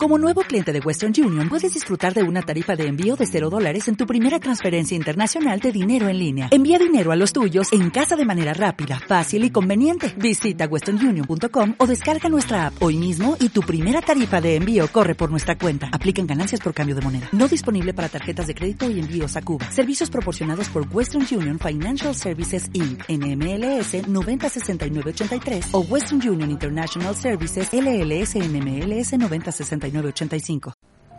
Como nuevo cliente de Western Union, puedes disfrutar de una tarifa de envío de $0 en tu primera transferencia internacional de dinero en línea. Envía dinero a los tuyos en casa de manera rápida, fácil y conveniente. Visita westernunion.com o descarga nuestra app hoy mismo y tu primera tarifa de envío corre por nuestra cuenta. Aplican ganancias por cambio de moneda. No disponible para tarjetas de crédito y envíos a Cuba. Servicios proporcionados por Western Union Financial Services Inc. NMLS 906983 o Western Union International Services LLS NMLS 906985.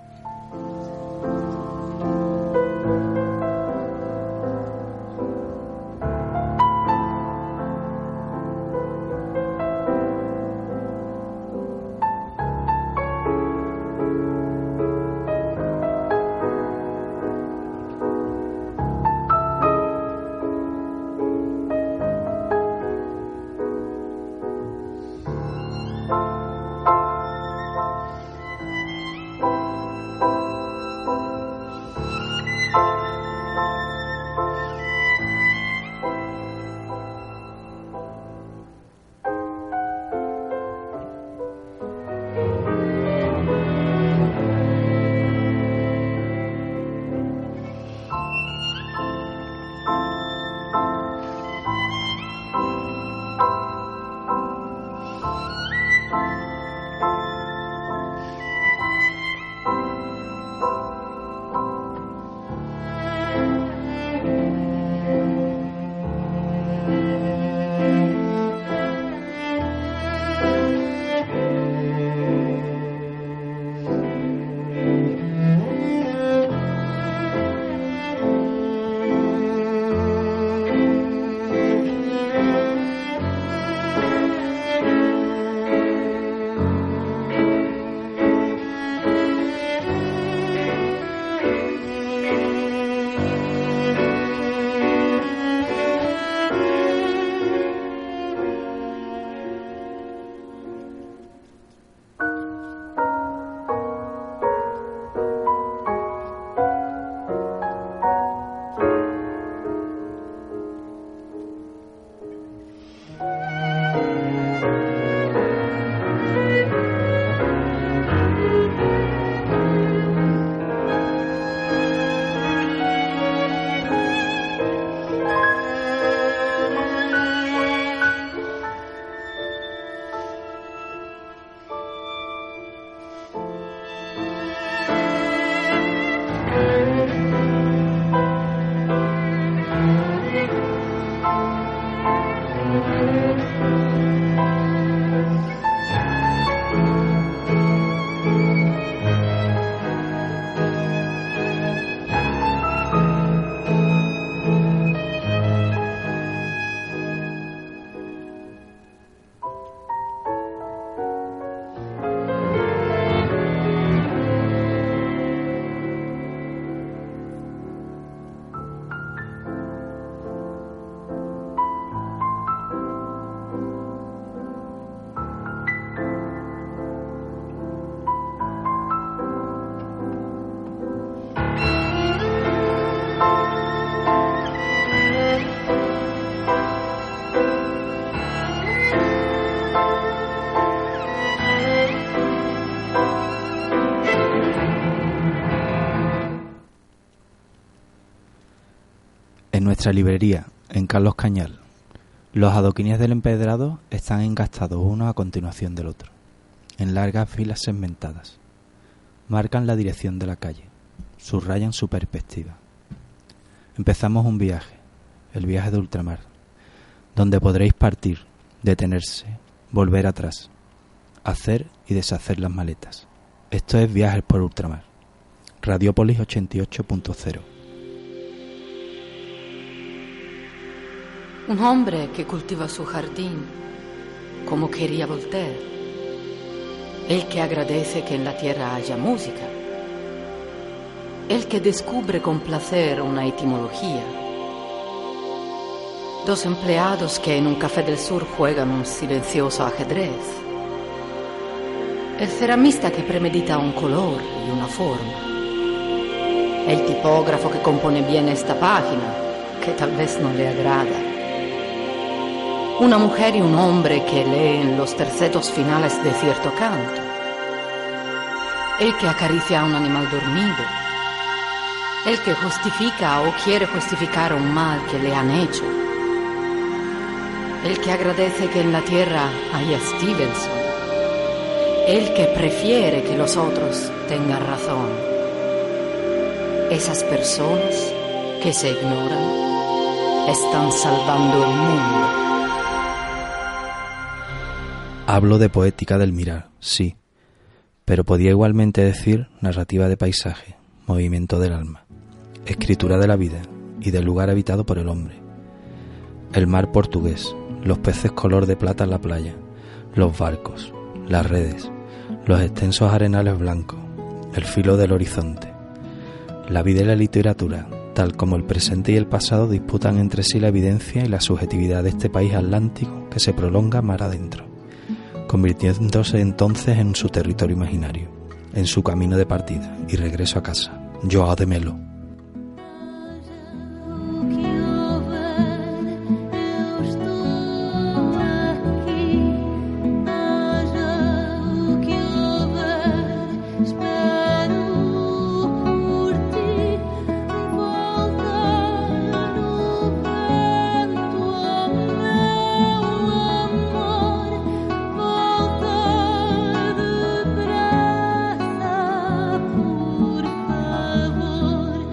En nuestra librería, en Carlos Cañal, los adoquines del empedrado están engastados uno a continuación del otro, en largas filas segmentadas. Marcan la dirección de la calle, subrayan su perspectiva. Empezamos un viaje, el viaje de ultramar, donde podréis partir, detenerse, volver atrás, hacer y deshacer las maletas. Esto es Viajes por Ultramar. Radiópolis 88.0. Un hombre que cultiva su jardín como quería Voltaire, el que agradece que en la tierra haya música, el que descubre con placer una etimología, dos empleados que en un café del sur juegan un silencioso ajedrez, el ceramista que premedita un color y una forma, el tipógrafo que compone bien esta página, que tal vez no le agrada, una mujer y un hombre que leen los tercetos finales de cierto canto, el que acaricia a un animal dormido, el que justifica o quiere justificar un mal que le han hecho, el que agradece que en la tierra haya Stevenson, el que prefiere que los otros tengan razón. Esas personas que se ignoran están salvando el mundo. Hablo de poética del mirar, sí, pero podía igualmente decir narrativa de paisaje, movimiento del alma, escritura de la vida y del lugar habitado por el hombre. El mar portugués, los peces color de plata en la playa, los barcos, las redes, los extensos arenales blancos, el filo del horizonte. La vida y la literatura, tal como el presente y el pasado, disputan entre sí la evidencia y la subjetividad de este país atlántico que se prolonga mar adentro, convirtiéndose entonces en su territorio imaginario, en su camino de partida y regreso a casa. Joao de Melo. Por favor,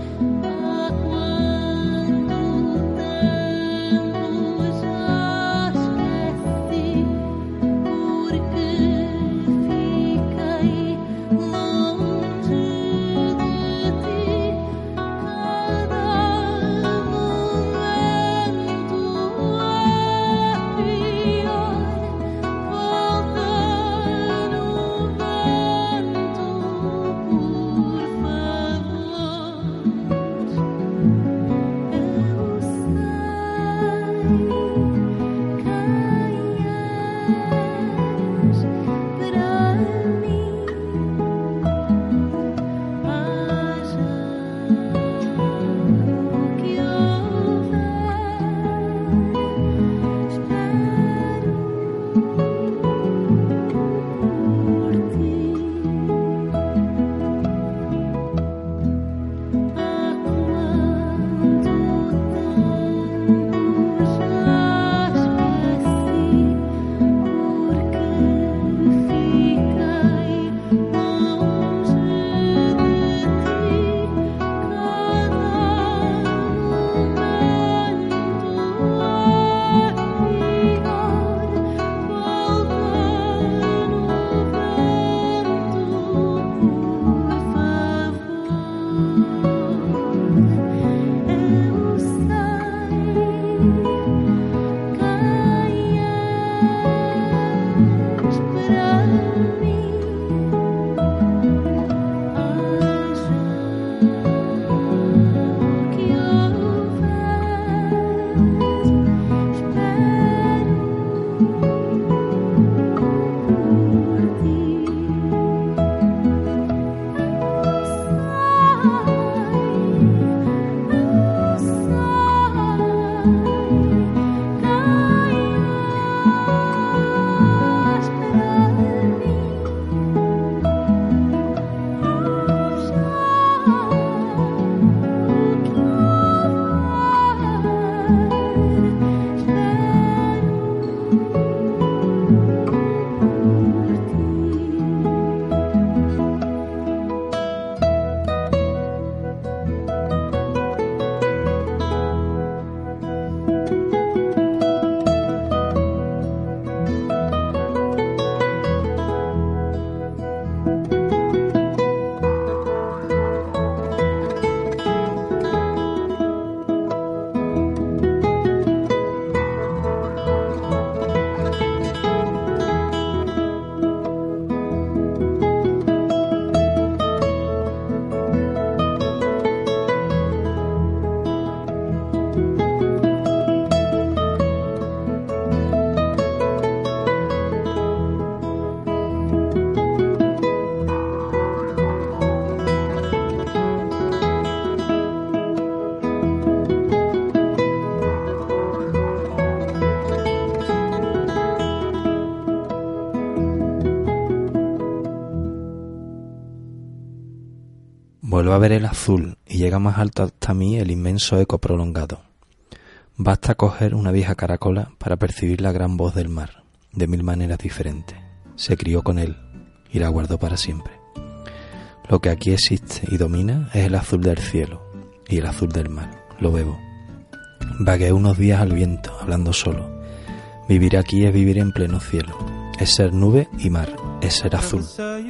Vuelvo a ver el azul y llega más alto hasta mí el inmenso eco prolongado. Basta coger una vieja caracola para percibir la gran voz del mar, de mil maneras diferentes. Se crió con él y la guardó para siempre. Lo que aquí existe y domina es el azul del cielo y el azul del mar. Lo bebo. Vagué unos días al viento, hablando solo. Vivir aquí es vivir en pleno cielo. Es ser nube y mar. Es ser azul.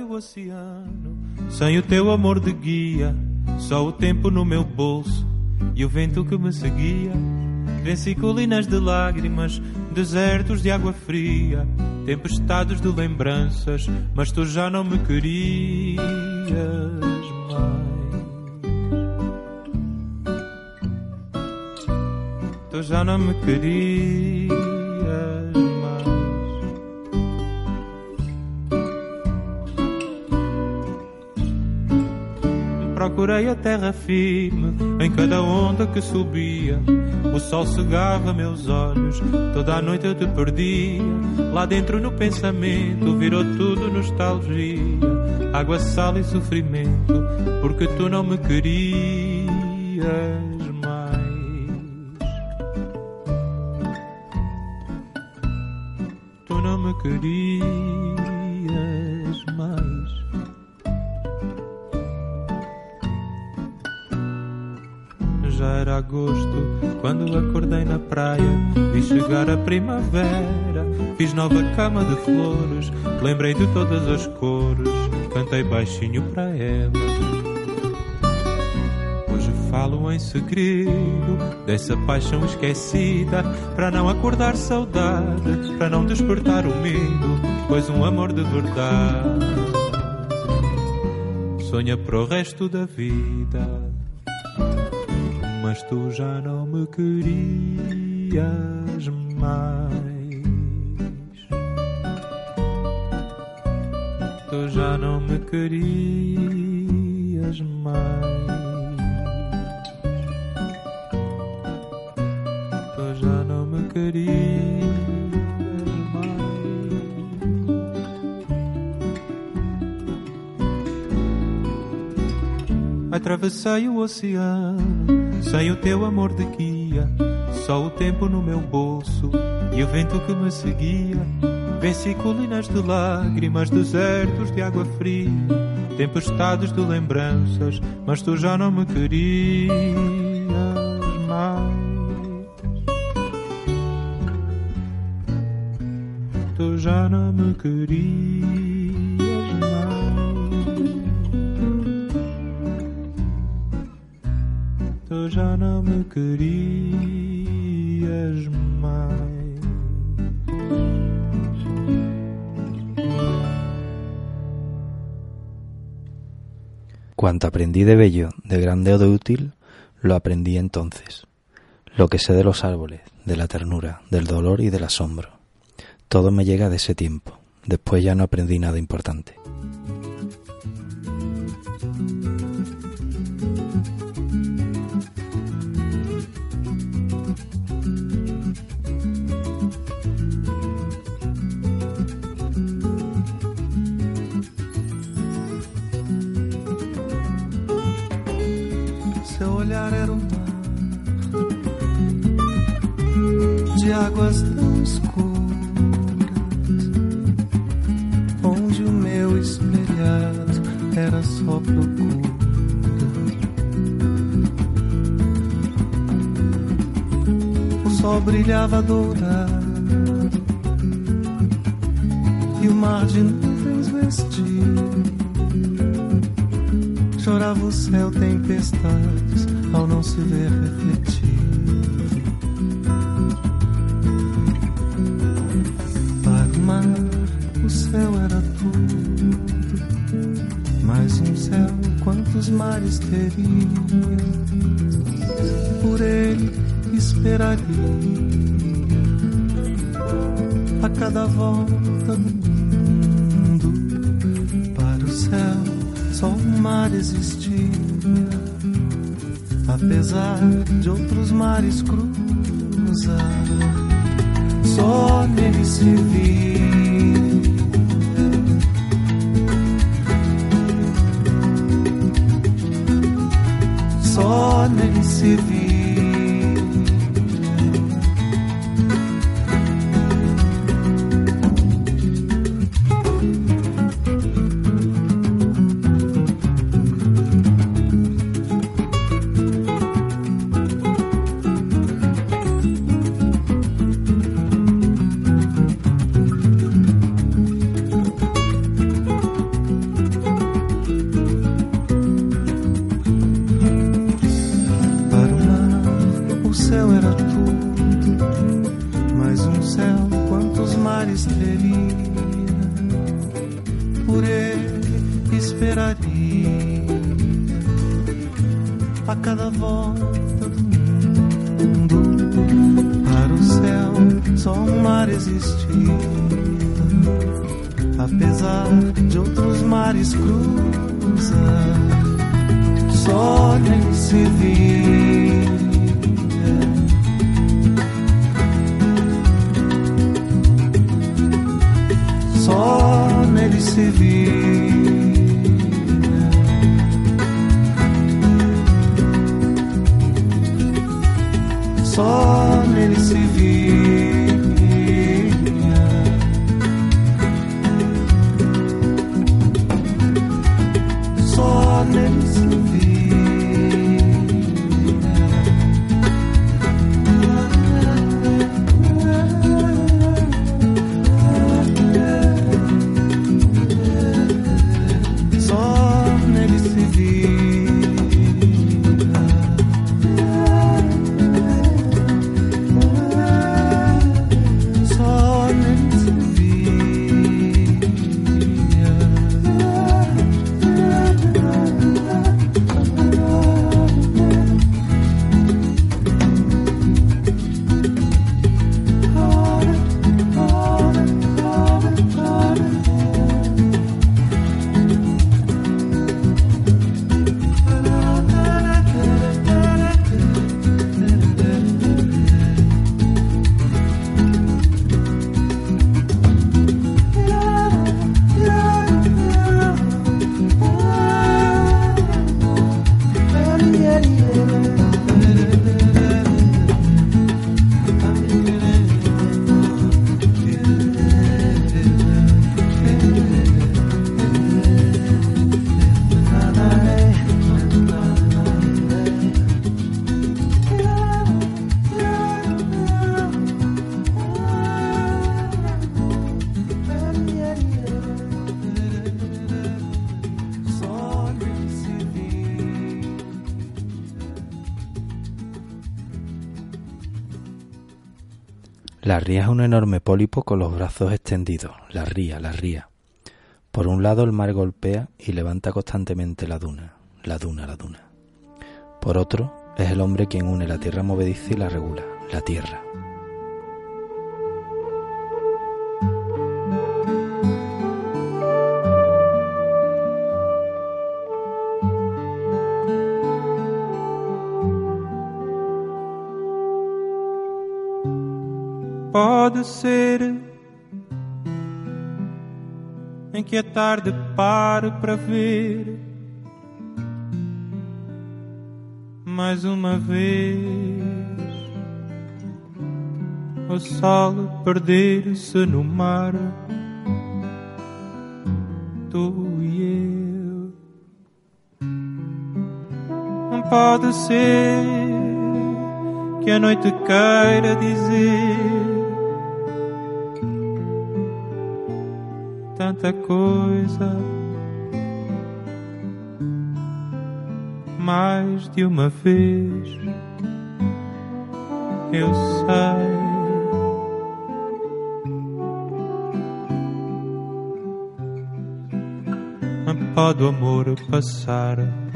Sem o teu amor de guia, só o tempo no meu bolso e o vento que me seguia. Venci colinas de lágrimas, desertos de água fria, tempestades de lembranças, mas tu já não me querias mais. Tu já não me querias mais. Procurei a terra firme em cada onda que subia. O sol cegava meus olhos, toda a noite eu te perdia. Lá dentro no pensamento virou tudo nostalgia, água, sal e sofrimento, porque tu não me querias mais. Tu não me querias mais. Já era agosto quando acordei na praia, vi chegar a primavera, fiz nova cama de flores, lembrei de todas as cores, cantei baixinho para ela. Hoje falo em segredo dessa paixão esquecida, para não acordar saudade, para não despertar o medo, pois um amor de verdade sonha para o resto da vida. Mas tu já não me querias mais. Tu já não me querias mais. Tu já não me querias mais. Atravessei o oceano sem o teu amor de guia, só o tempo no meu bolso e o vento que me seguia. Venci colinas de lágrimas, desertos de água fria, tempestades de lembranças, mas tu já não me querias mais. Tu já não me querias mais. Tu já não me querias mais. Cuanto aprendí de bello, de grande o de útil, lo aprendí entonces. Lo que sé de los árboles, de la ternura, del dolor y del asombro. Todo me llega de ese tiempo. Después ya no aprendí nada importante. Seu olhar era um mar de águas tão escuras, onde o meu espelhado era só procura. O sol brilhava dourado e o mar de nuvens vestido. Chorava o céu tempestades ao não se ver refletido. Para o mar o céu era tudo, mais um céu quantos mares teria. Por ele esperaria a cada volta do mundo. Para o céu só um mar existia, apesar de outros mares cruzar. Só nele se via nele se vive. A cada volta do mundo, para o céu só um mar existia, apesar de outros mares cruzar, só nele se via. Só nele se via. Só nele se via. Só nele se via. Só nele se via. La ría es un enorme pólipo con los brazos extendidos. La ría, la ría. Por un lado el mar golpea y levanta constantemente la duna, la duna, la duna. Por otro, es el hombre quien une la tierra movediza y la regula, la tierra. Pode ser em que a tarde pare para ver mais uma vez o sol perder-se no mar, tu e eu. Pode ser que a noite queira dizer tanta coisa, mais de uma vez eu sei. Pode o amor passar,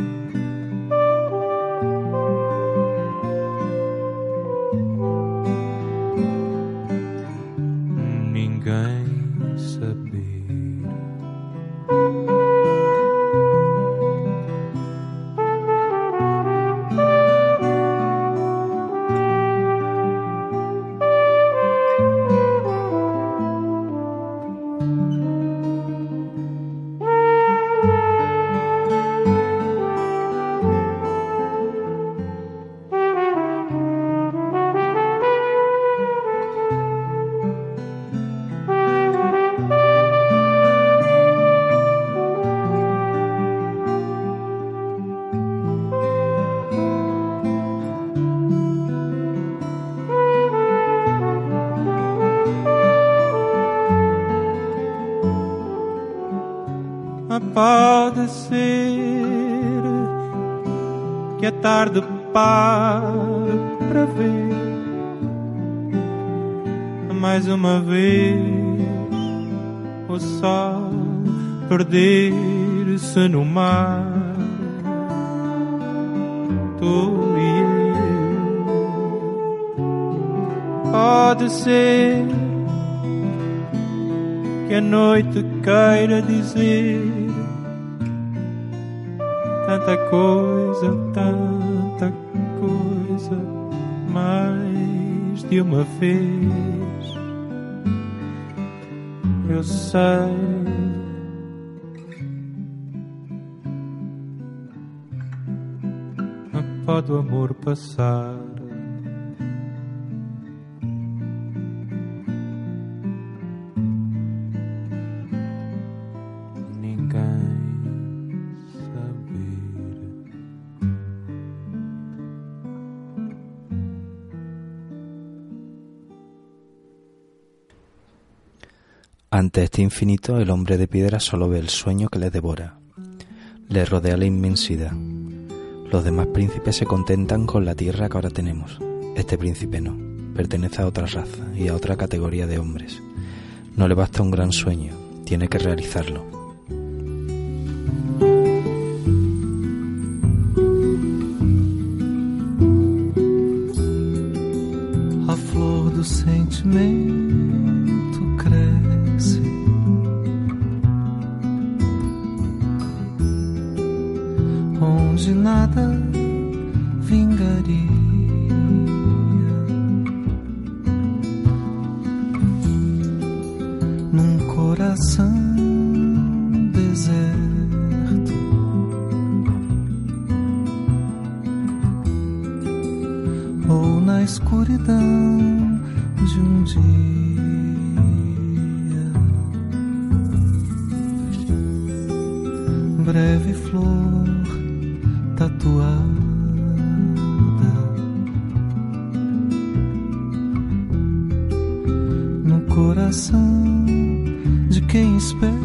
ninguém saber. Pode ser que a tarde pare para ver mais uma vez o sol perder-se no mar. Tu e eu. Pode ser que a noite queira dizer tanta coisa, mais de uma vez. Eu sei, não pode o amor passar. Ante este infinito, el hombre de piedra solo ve el sueño que le devora. Le rodea la inmensidad. Los demás príncipes se contentan con la tierra que ahora tenemos. Este príncipe no. Pertenece a otra raza y a otra categoría de hombres. No le basta un gran sueño. Tiene que realizarlo. A flor do sentimento cresce, onde nada vingaria. Num coração deserto, ou na escuridão de um dia. Breve flor tatuada no coração de quem espera.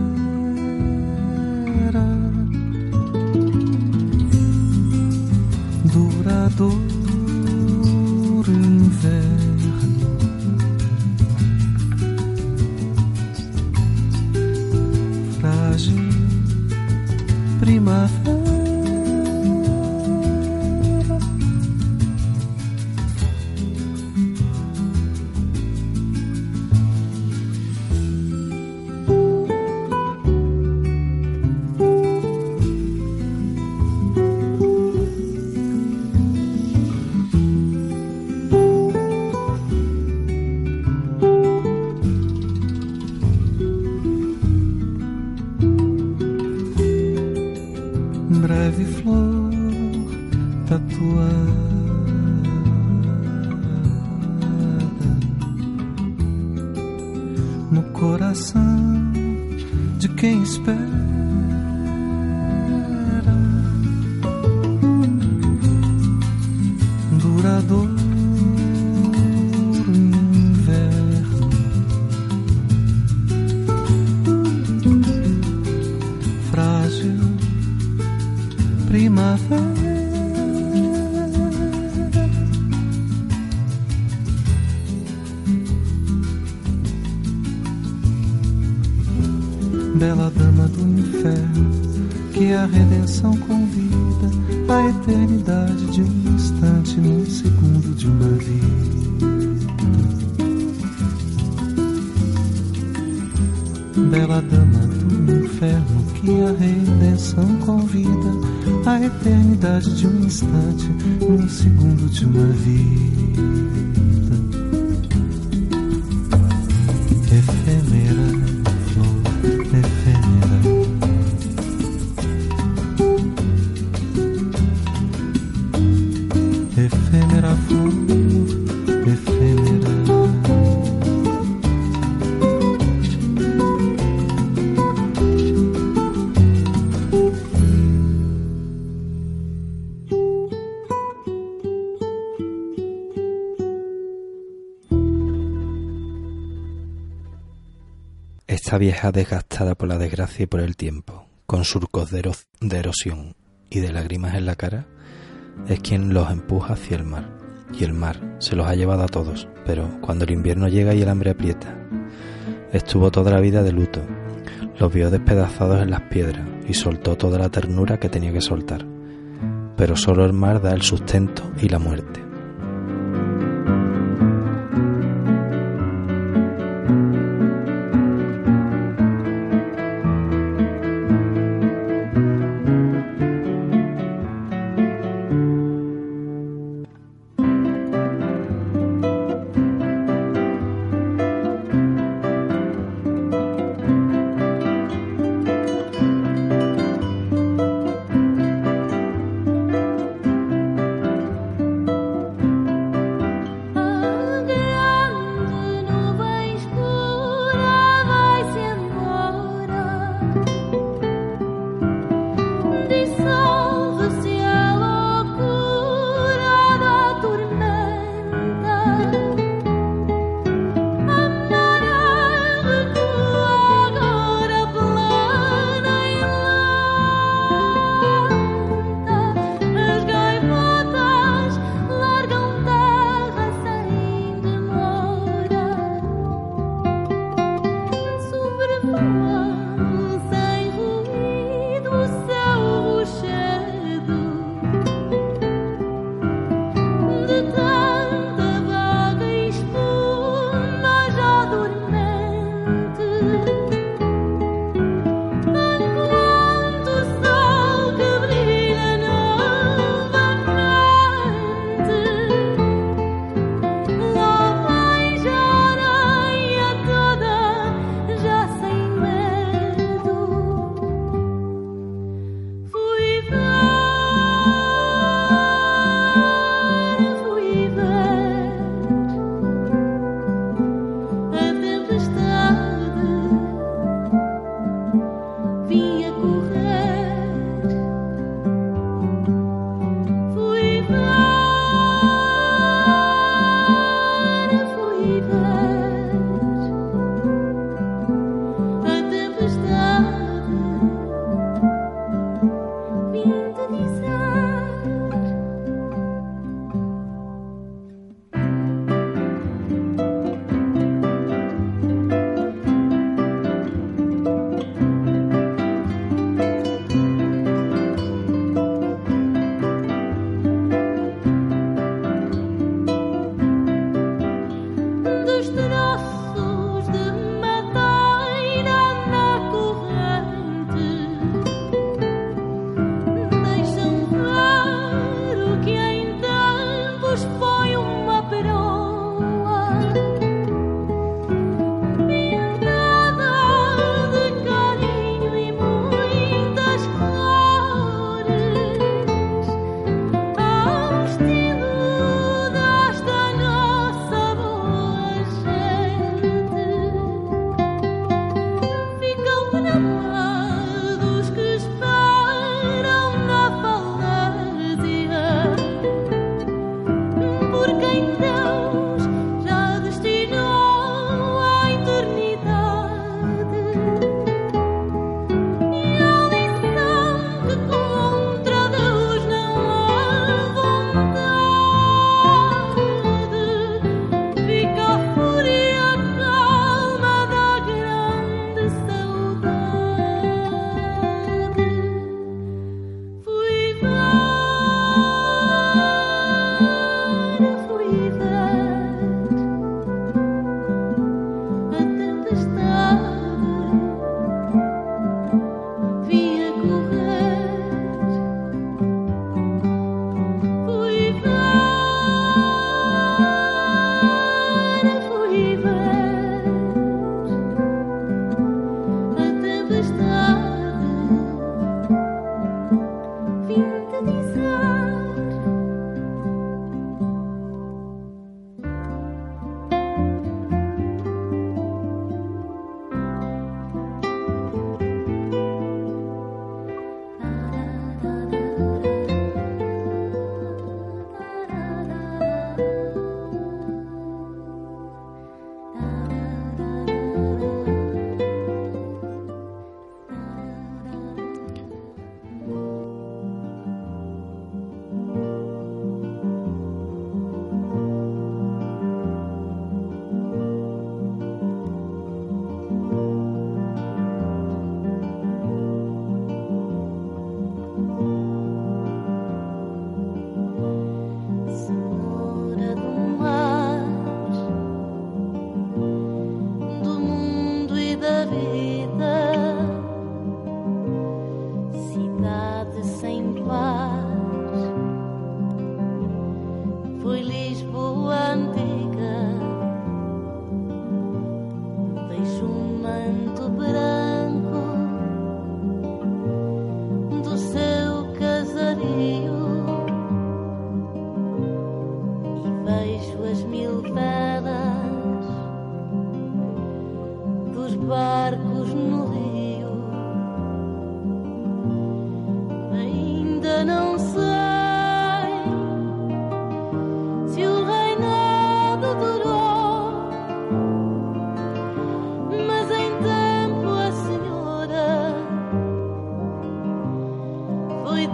Duradouro inverno, frágil primavera. Breve flor tatuada no coração de quem espera. Duradouro inverno, frágil primavera. Bela dama do inferno, que a redenção convida, a eternidade de um instante, num segundo de uma vida. Bela dama do inferno, que a redenção convida, a eternidade de um instante, num segundo de uma vida. Efêmera flor, efêmera, efêmera flor, efêmera. Esta vieja desgastada por la desgracia y por el tiempo, con surcos de erosión y de lágrimas en la cara, es quien los empuja hacia el mar. Y el mar se los ha llevado a todos, pero cuando el invierno llega y el hambre aprieta, estuvo toda la vida de luto, los vio despedazados en las piedras y soltó toda la ternura que tenía que soltar. Pero solo el mar da el sustento y la muerte.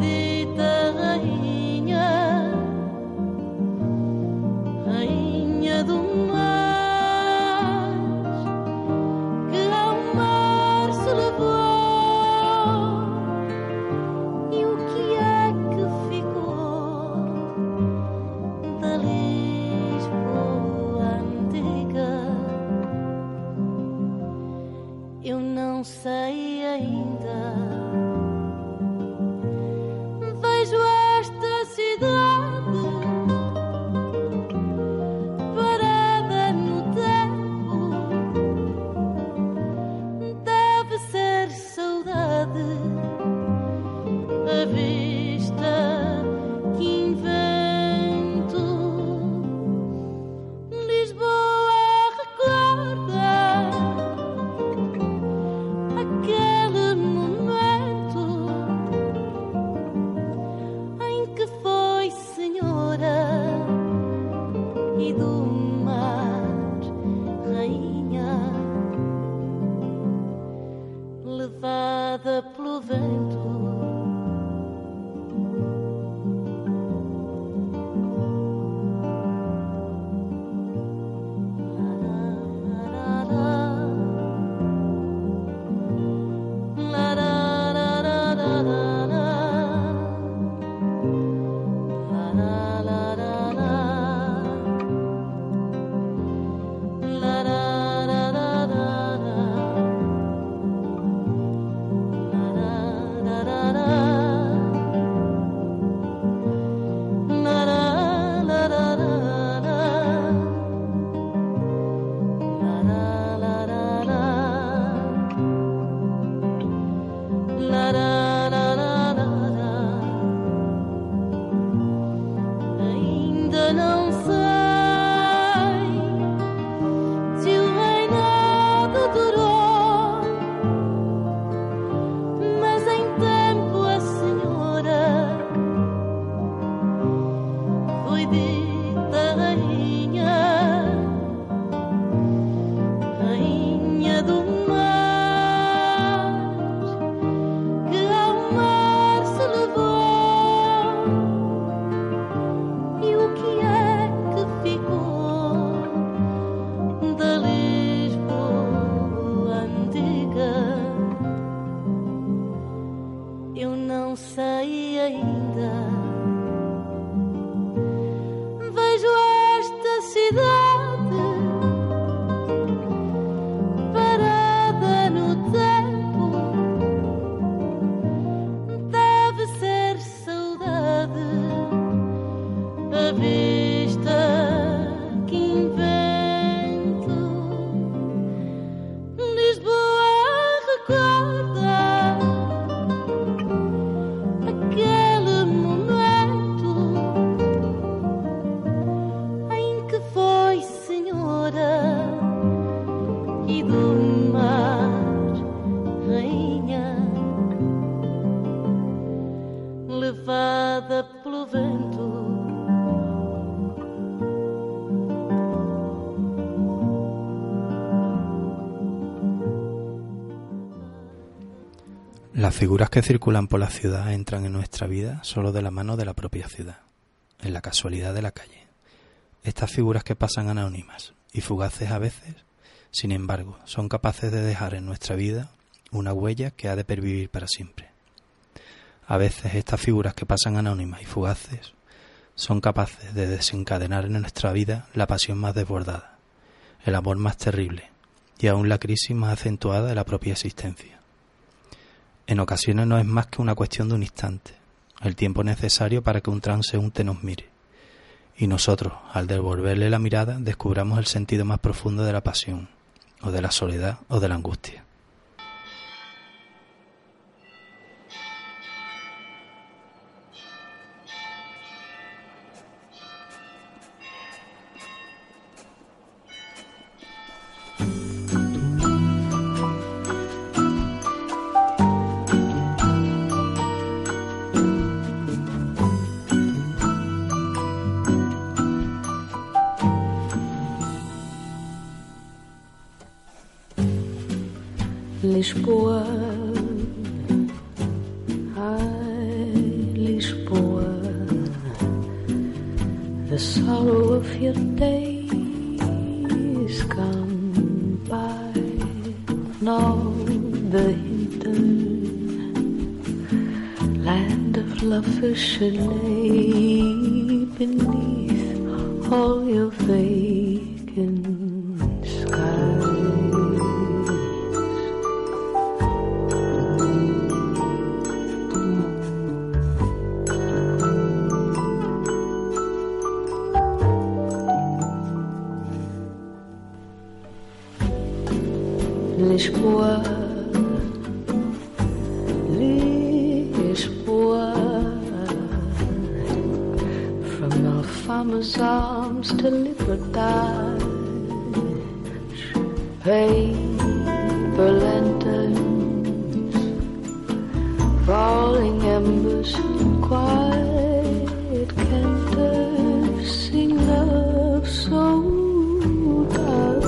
dita rainha, rainha do mar, que ao mar se levou, e o que é que ficou da Lisboa antiga? Eu não sei ainda. Vejo esta cidade parada no tempo. Deve ser saudade a vista que invento. Lisboa recorda aquele momento em que foi senhora e do mar rainha, levada pelo vento. Ainda não sei se o reinado durou, mas em tempo a senhora foi dita rainha, rainha do mar, que ao mar se levou, e o que é que ficou da Lisboa antiga? Eu não sei ainda. Vejo esta cidade parada no tempo. Deve ser saudade a vista que invento. Lisboa recorda aquele momento em que foi senhora e do mar rainha, levada pelo vento. Las figuras que circulan por la ciudad entran en nuestra vida solo de la mano de la propia ciudad, en la casualidad de la calle. Estas figuras que pasan anónimas y fugaces a veces, sin embargo, son capaces de dejar en nuestra vida una huella que ha de pervivir para siempre. A veces estas figuras que pasan anónimas y fugaces son capaces de desencadenar en nuestra vida la pasión más desbordada, el amor más terrible y aún la crisis más acentuada de la propia existencia. En ocasiones no es más que una cuestión de un instante, el tiempo necesario para que un transeúnte nos mire, y nosotros, al devolverle la mirada, descubramos el sentido más profundo de la pasión, o de la soledad, o de la angustia. Lisboa, ai the sorrow of your days gone by, now the hinterland, land of lovers should lay beneath all your vacant skies. Lisboa, Lisboa, from Alfama's arms to Libertad, paper lanterns, falling embers and quiet cantors sing love so dark.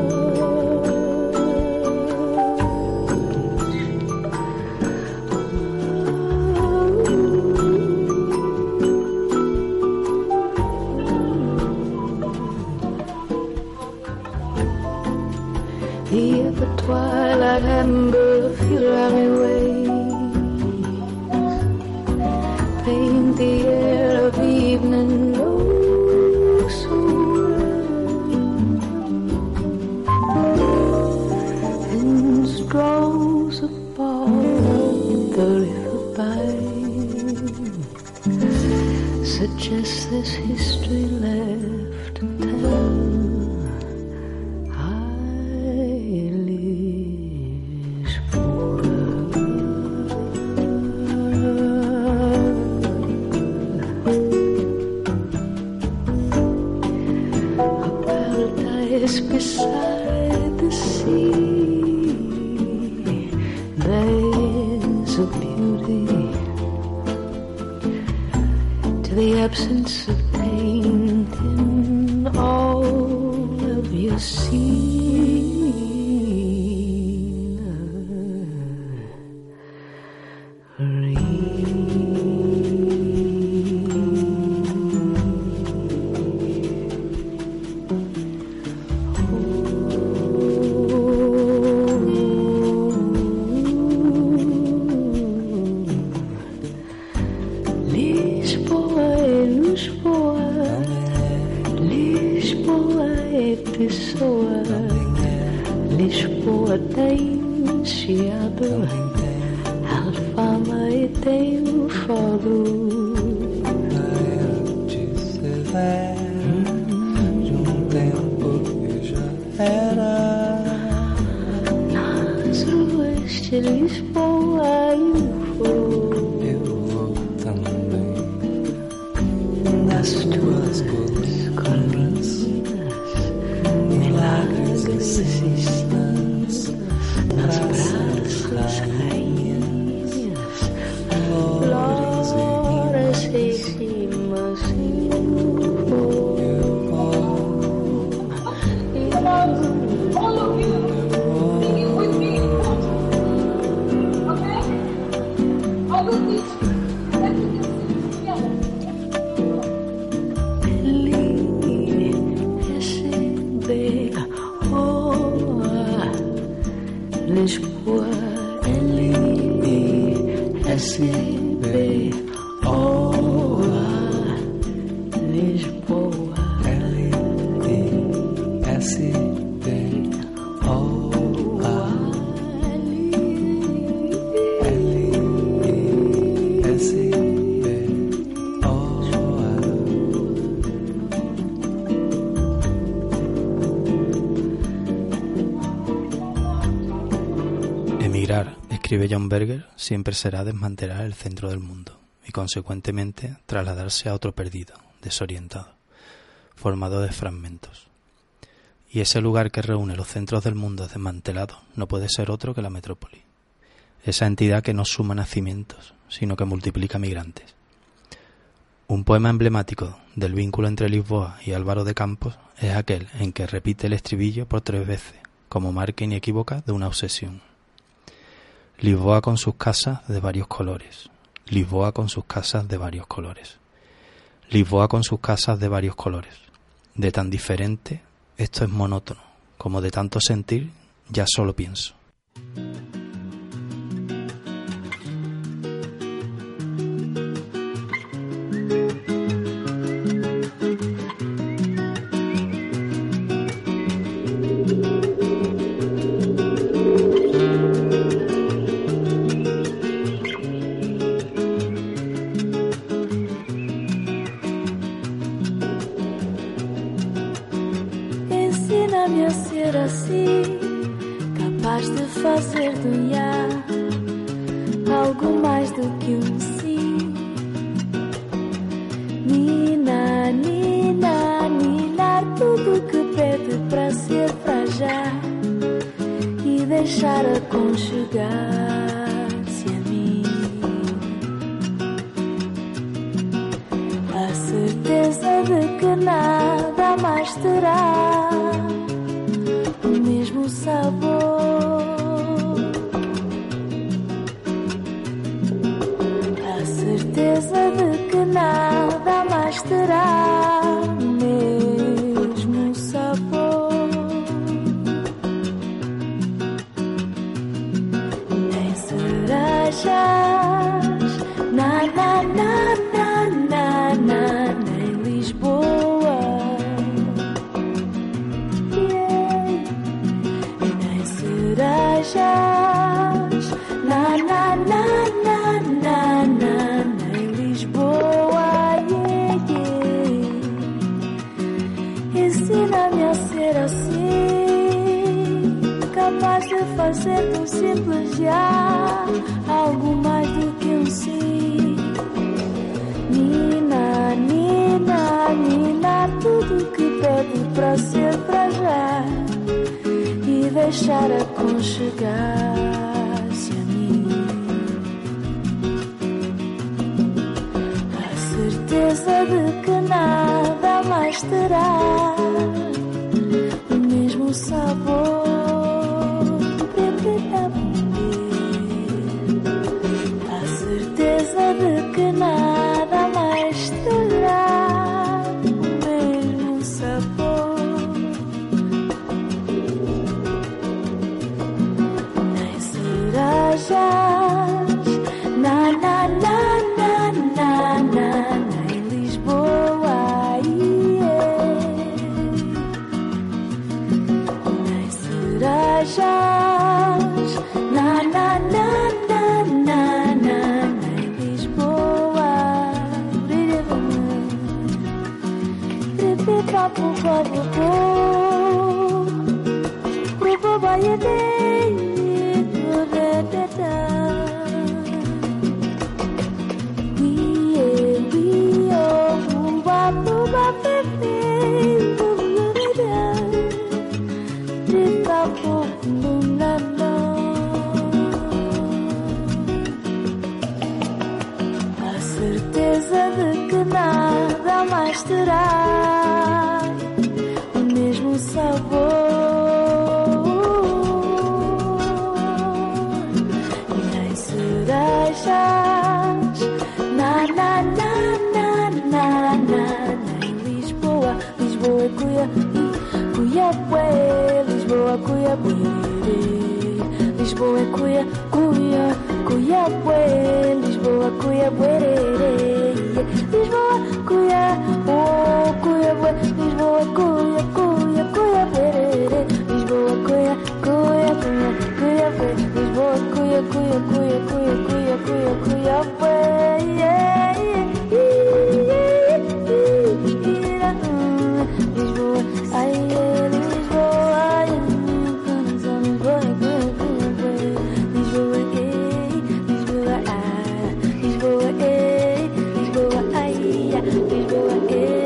Hear the twilight ember of your alleyways, paint the air of evening oh so red. In straws upon the riverbank suggests there's history left to tell. Beside the sea, there's a beauty to the absence of pain in all of your Lisboa tem chiado, Alfama e tem o fado. De severo, de tempo que já era. Nas ruas de Lisboa eu vou também. Nas tuas colinas, milagres existentes, nas praças rainhas, flores e rimas Lisboa, L-I-S-B-O-A, Lisboa, L-I-S-B-O-A, Emigrar, escribe John Berger, siempre será desmantelar el centro del mundo y consecuentemente trasladarse a otro perdido, desorientado, formado de fragmentos. Y ese lugar que reúne los centros del mundo desmantelados no puede ser otro que la metrópoli, esa entidad que no suma nacimientos, sino que multiplica migrantes. Un poema emblemático del vínculo entre Lisboa y Álvaro de Campos es aquel en que repite el estribillo por 3 veces, como marca inequívoca de una obsesión. Lisboa con sus casas de varios colores. Lisboa con sus casas de varios colores. Lisboa con sus casas de varios colores. De tan diferente, esto es monótono, como de tanto sentir, ya solo pienso. Ensina-me a ser assim, capaz de fazer do já algo mais do que sim. Nina, nina, ninar tudo que pede para ser para já e deixar aconchegar-se a mim. A certeza de que nada mais terá o mesmo sabor. A certeza de que nada mais terá o mesmo sabor. Nem cerejas, na na na na na na, nem Lisboa. Nem cerejas, na na na na na na, nem Lisboa. Ensina-me a ser assim, capaz de fazer do simples já algo mais do que sim. Nina, nina, nina, tudo que pede para ser para já e deixar aconchegar-se a mim. A certeza de que nada mais terá o mesmo sabor. A certeza de que nada mais terá o mesmo sabor. Nem cerejas, na na na na na na, nem Lisboa. Nem cerejas, na na na na na na, nem Lisboa. A certeza de que nada mais terá o mesmo sabor. Nem cerejas, na na na na na na, nem Lisboa. Lisboa, Cuia, Cuiabué. Lisboa, Cuiabué. Lisboa, Cuia, Cuia, Cuiabué. Lisboa, Cuiabué. Lisboa, Cuia, oh Cuiabué. Lisboa, Cuia, Cuia, Cuiabué. Lisboa, Cuia, Cuia, Cuia, Cuiabué. Lisboa, Cuia, Cuia, Cuia, Cuia, Cuia, Cuia, Cuiabué. Lisboa, ai Lisboa, ai Lisboa, Lisboa, Lisboa, Lisboa, ai Lisboa,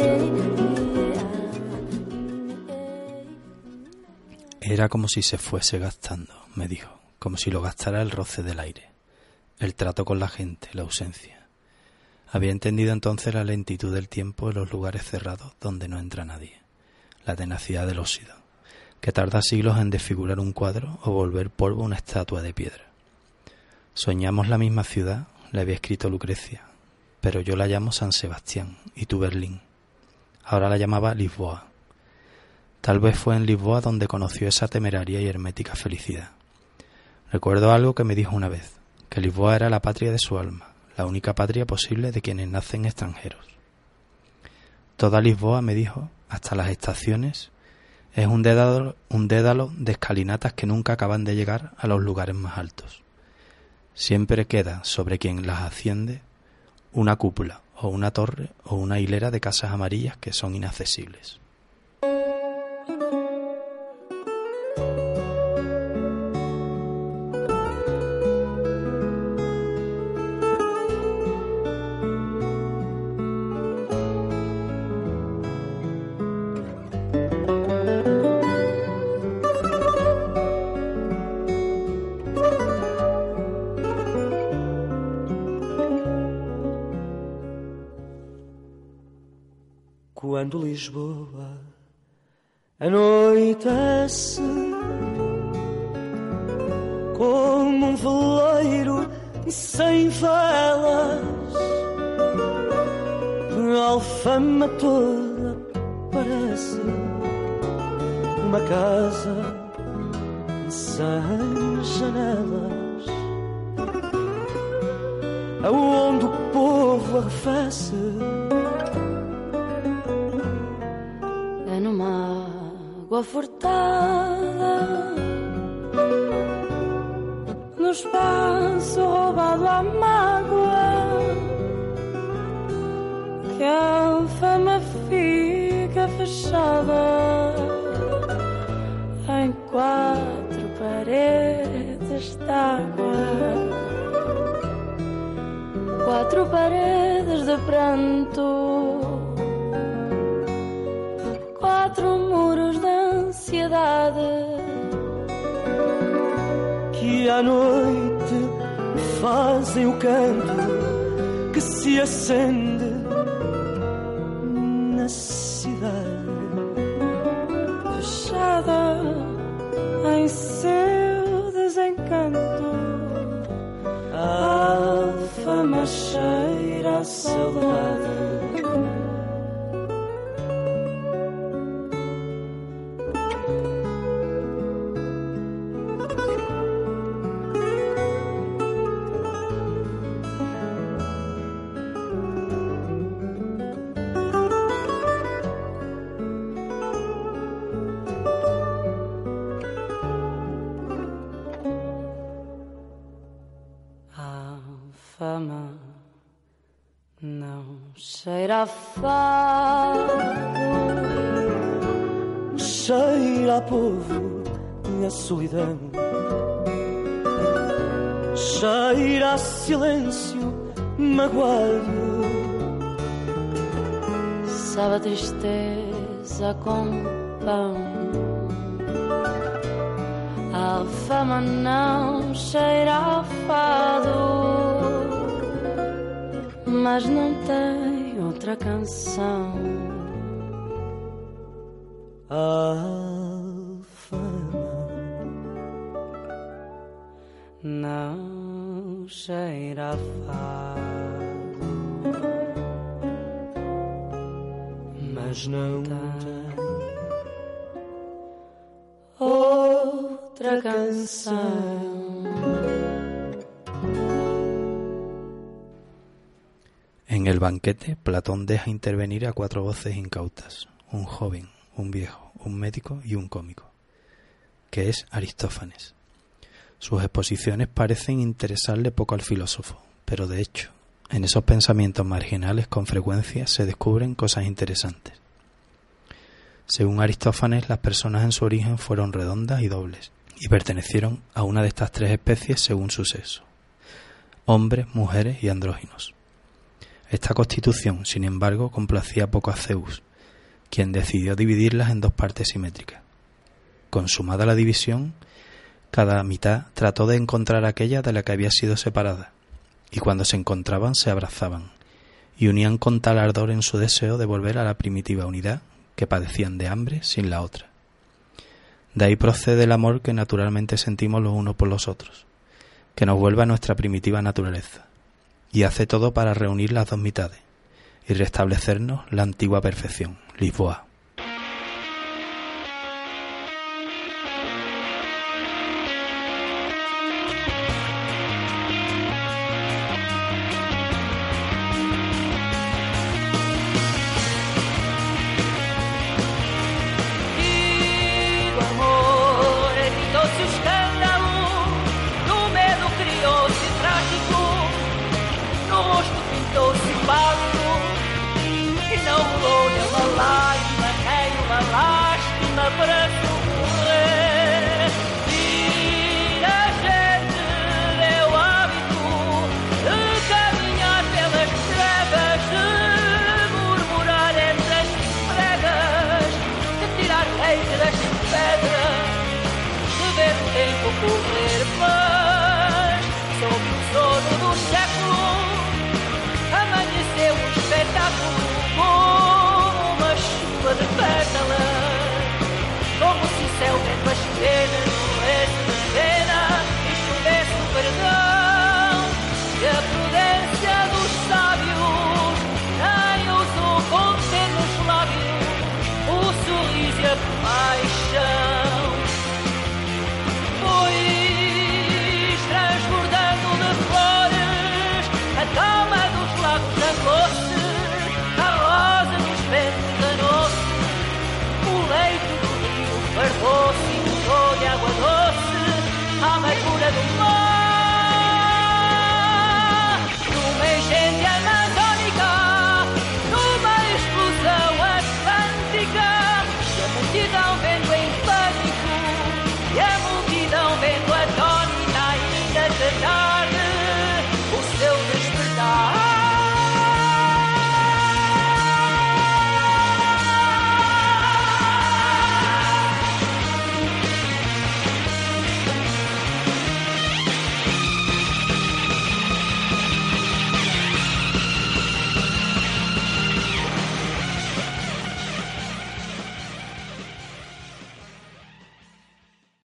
Era como si se fuese gastando, me dijo, como si lo gastara el roce del aire, el trato con la gente, la ausencia. Había entendido entonces la lentitud del tiempo en los lugares cerrados donde no entra nadie, la tenacidad del óxido, que tarda siglos en desfigurar un cuadro o volver polvo una estatua de piedra. Soñamos la misma ciudad, le había escrito Lucrecia, pero yo la llamo San Sebastián y tú Berlín. Ahora la llamaba Lisboa. Tal vez fue en Lisboa donde conoció esa temeraria y hermética felicidad. Recuerdo algo que me dijo una vez, que Lisboa era la patria de su alma, la única patria posible de quienes nacen extranjeros. Toda Lisboa, me dijo, hasta las estaciones, es un dédalo de escalinatas que nunca acaban de llegar a los lugares más altos. Siempre queda sobre quien las asciende una cúpula o una torre o una hilera de casas amarillas que son inaccesibles. Quando Lisboa anoitece como veleiro sem velas, a Alfama toda parece uma casa sem janelas, aonde o povo arrefece. Numa água furtada, no espaço roubado à mágoa, que a Alfama fica fechada em 4 paredes d'água, 4 paredes de pranto, 4 muros de ansiedade que à noite fazem o canto que se acende na cidade, fechada em seu desencanto. A Alfama cheira a saudade. Alfama não cheira a fado, cheira a povo e a solidão, cheira a silêncio magoado, sabe a tristeza com pão. A Alfama não cheira a fado, mas não tem outra canção. A Alfama não cheira a fado, mas não tem outra canção. En el banquete, Platón deja intervenir a 4 voces incautas, un joven, un viejo, un médico y un cómico, que es Aristófanes. Sus exposiciones parecen interesarle poco al filósofo, pero de hecho, en esos pensamientos marginales con frecuencia se descubren cosas interesantes. Según Aristófanes, las personas en su origen fueron redondas y dobles, y pertenecieron a una de estas 3 especies según su sexo: hombres, mujeres y andróginos. Esta constitución, sin embargo, complacía poco a Zeus, quien decidió dividirlas en 2 partes simétricas. Consumada la división, cada mitad trató de encontrar aquella de la que había sido separada, y cuando se encontraban se abrazaban, y unían con tal ardor en su deseo de volver a la primitiva unidad que padecían de hambre sin la otra. De ahí procede el amor que naturalmente sentimos los unos por los otros, que nos vuelve a nuestra primitiva naturaleza. y hace todo para reunir las dos mitades y restablecernos la antigua perfección. Lisboa. Doce, de água